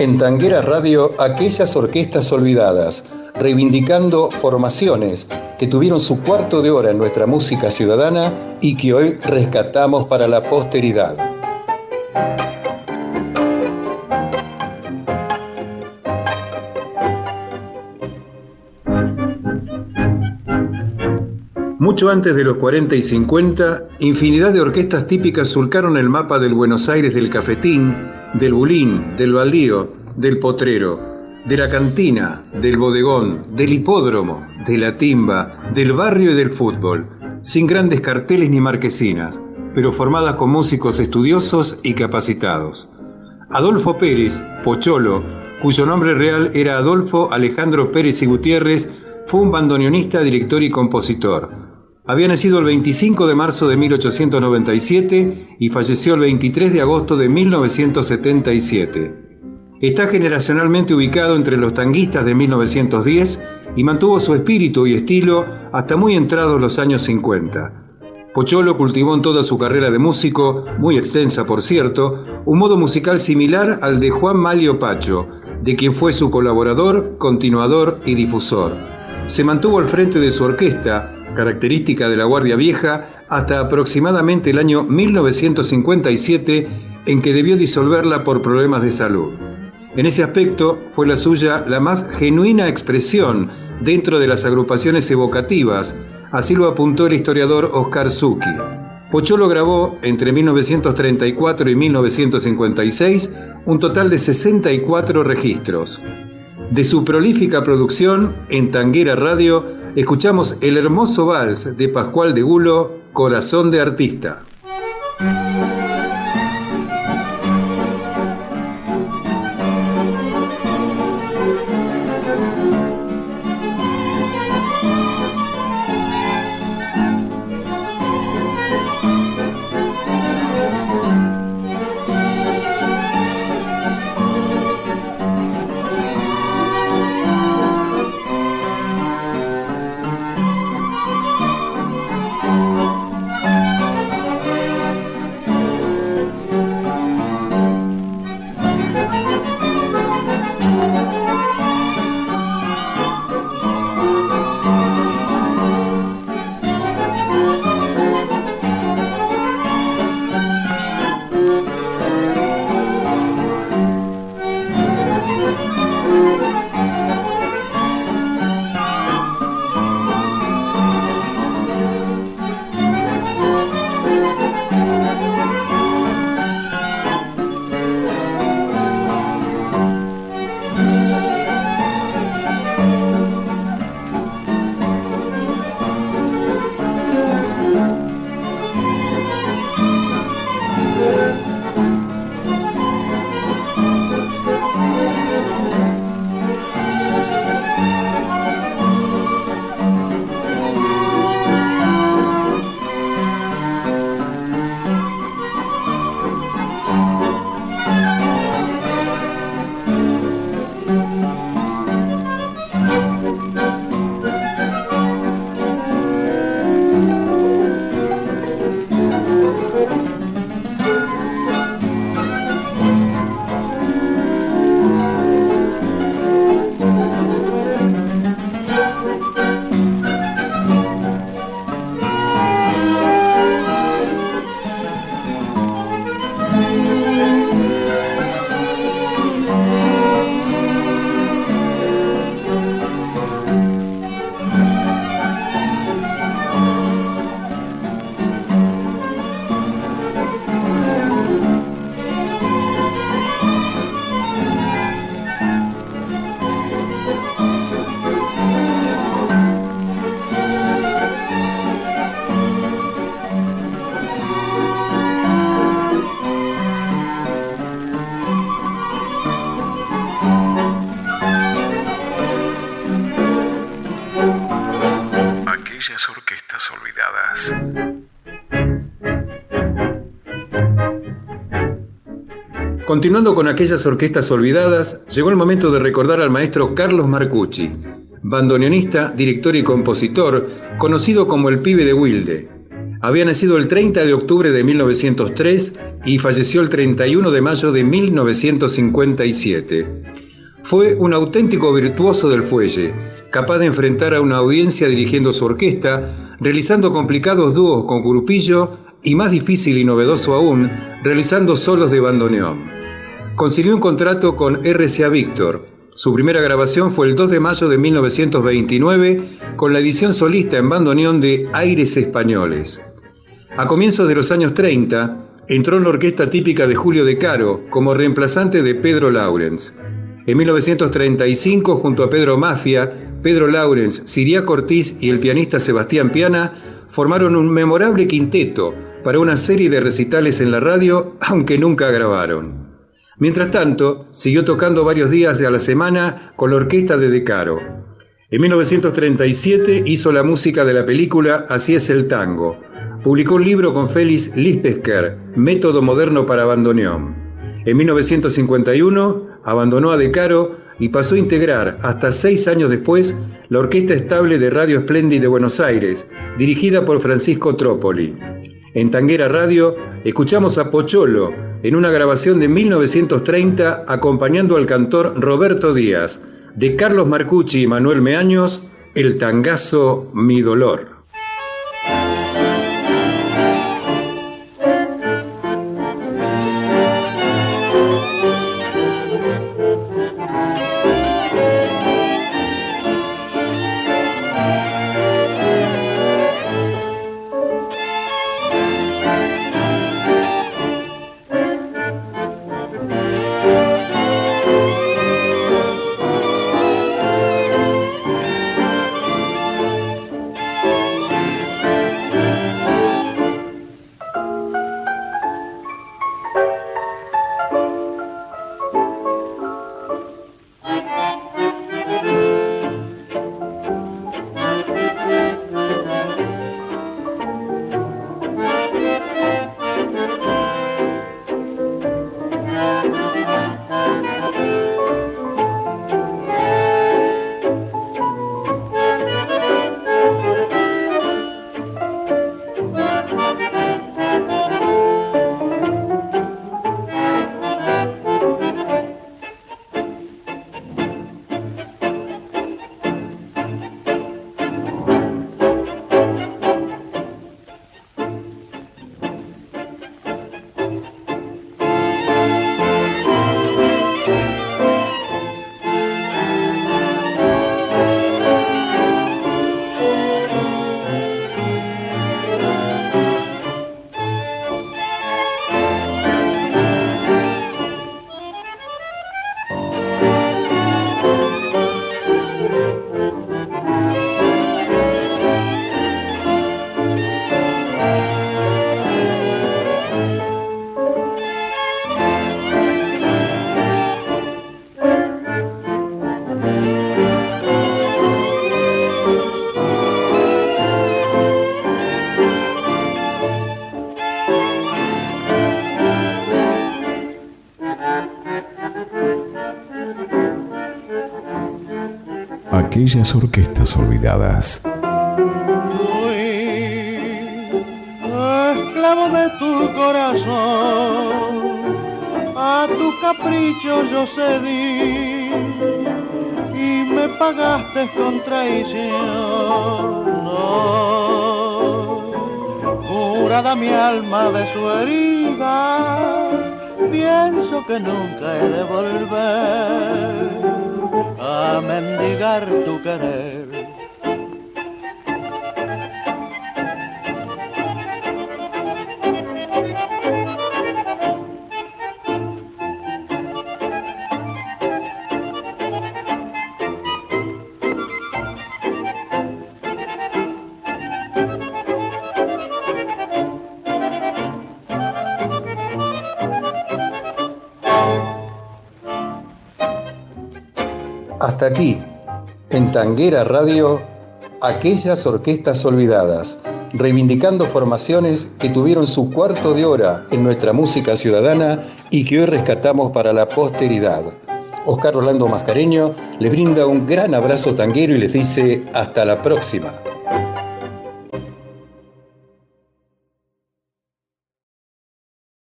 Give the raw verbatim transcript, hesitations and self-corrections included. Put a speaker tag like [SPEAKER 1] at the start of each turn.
[SPEAKER 1] En Tanguera Radio, aquellas orquestas olvidadas, reivindicando formaciones que tuvieron su cuarto de hora en nuestra música ciudadana y que hoy rescatamos para la posteridad. Mucho antes de los cuarenta y cincuenta, infinidad de orquestas típicas surcaron el mapa del Buenos Aires del cafetín, del bulín, del baldío, del potrero, de la cantina, del bodegón, del hipódromo, de la timba, del barrio y del fútbol, sin grandes carteles ni marquesinas, pero formadas con músicos estudiosos y capacitados. Adolfo Pérez, Pocholo, cuyo nombre real era Adolfo Alejandro Pérez y Gutiérrez, fue un bandoneonista, director y compositor. Había nacido el veinticinco de marzo de mil ochocientos noventa y siete y falleció el veintitrés de agosto de mil novecientos setenta y siete. Está generacionalmente ubicado entre los tanguistas de mil novecientos diez y mantuvo su espíritu y estilo hasta muy entrados los años cincuenta. Pocholo cultivó en toda su carrera de músico, muy extensa por cierto, un modo musical similar al de Juan Malio Pacho, de quien fue su colaborador, continuador y difusor. Se mantuvo al frente de su orquesta, característica de la Guardia Vieja, hasta aproximadamente el año mil novecientos cincuenta y siete, en que debió disolverla por problemas de salud. En ese aspecto fue la suya la más genuina expresión dentro de las agrupaciones evocativas, así lo apuntó el historiador Oscar Zucchi. Pocholo grabó entre mil novecientos treinta y cuatro y mil novecientos cincuenta y seis un total de sesenta y cuatro registros. De su prolífica producción, en Tanguera Radio, escuchamos el hermoso vals de Pascual de Gulo, Corazón de Artista. Continuando con aquellas orquestas olvidadas, llegó el momento de recordar al maestro Carlos Marcucci, bandoneonista, director y compositor, conocido como el Pibe de Wilde. Había nacido el treinta de octubre de mil novecientos tres y falleció el treinta y uno de mayo de mil novecientos cincuenta y siete. Fue un auténtico virtuoso del fuelle, capaz de enfrentar a una audiencia dirigiendo su orquesta, realizando complicados dúos con Curupillo y, más difícil y novedoso aún, realizando solos de bandoneón. Consiguió un contrato con R C A Víctor. Su primera grabación fue el dos de mayo de mil novecientos veintinueve con la edición solista en bandoneón de Aires Españoles. A comienzos de los años treinta, entró en la orquesta típica de Julio De Caro como reemplazante de Pedro Lawrence. En mil novecientos treinta y cinco, junto a Pedro Mafia, Pedro Lawrence, Ciriaco Ortiz y el pianista Sebastián Piana, formaron un memorable quinteto para una serie de recitales en la radio, aunque nunca grabaron. Mientras tanto, siguió tocando varios días a la semana con la orquesta de De Caro. En mil novecientos treinta y siete hizo la música de la película Así es el tango. Publicó un libro con Félix Lispesker, Método moderno para bandoneón. En mil novecientos cincuenta y uno abandonó a De Caro y pasó a integrar, hasta seis años después, la Orquesta Estable de Radio Splendid de Buenos Aires, dirigida por Francisco Trópoli. En Tanguera Radio escuchamos a Pocholo en una grabación de mil novecientos treinta acompañando al cantor Roberto Díaz, de Carlos Marcucci y Manuel Meaños, el tangazo Mi Dolor.
[SPEAKER 2] Aquellas orquestas olvidadas.
[SPEAKER 3] Fui esclavo de tu corazón, a tu capricho yo cedí y me pagaste con traición. No, curada mi alma de su herida, pienso que nunca he de volver a mendigar tu querer.
[SPEAKER 1] Hasta aquí, en Tanguera Radio, aquellas orquestas olvidadas, reivindicando formaciones que tuvieron su cuarto de hora en nuestra música ciudadana y que hoy rescatamos para la posteridad. Oscar Orlando Mascareño les brinda un gran abrazo tanguero y les dice hasta la próxima.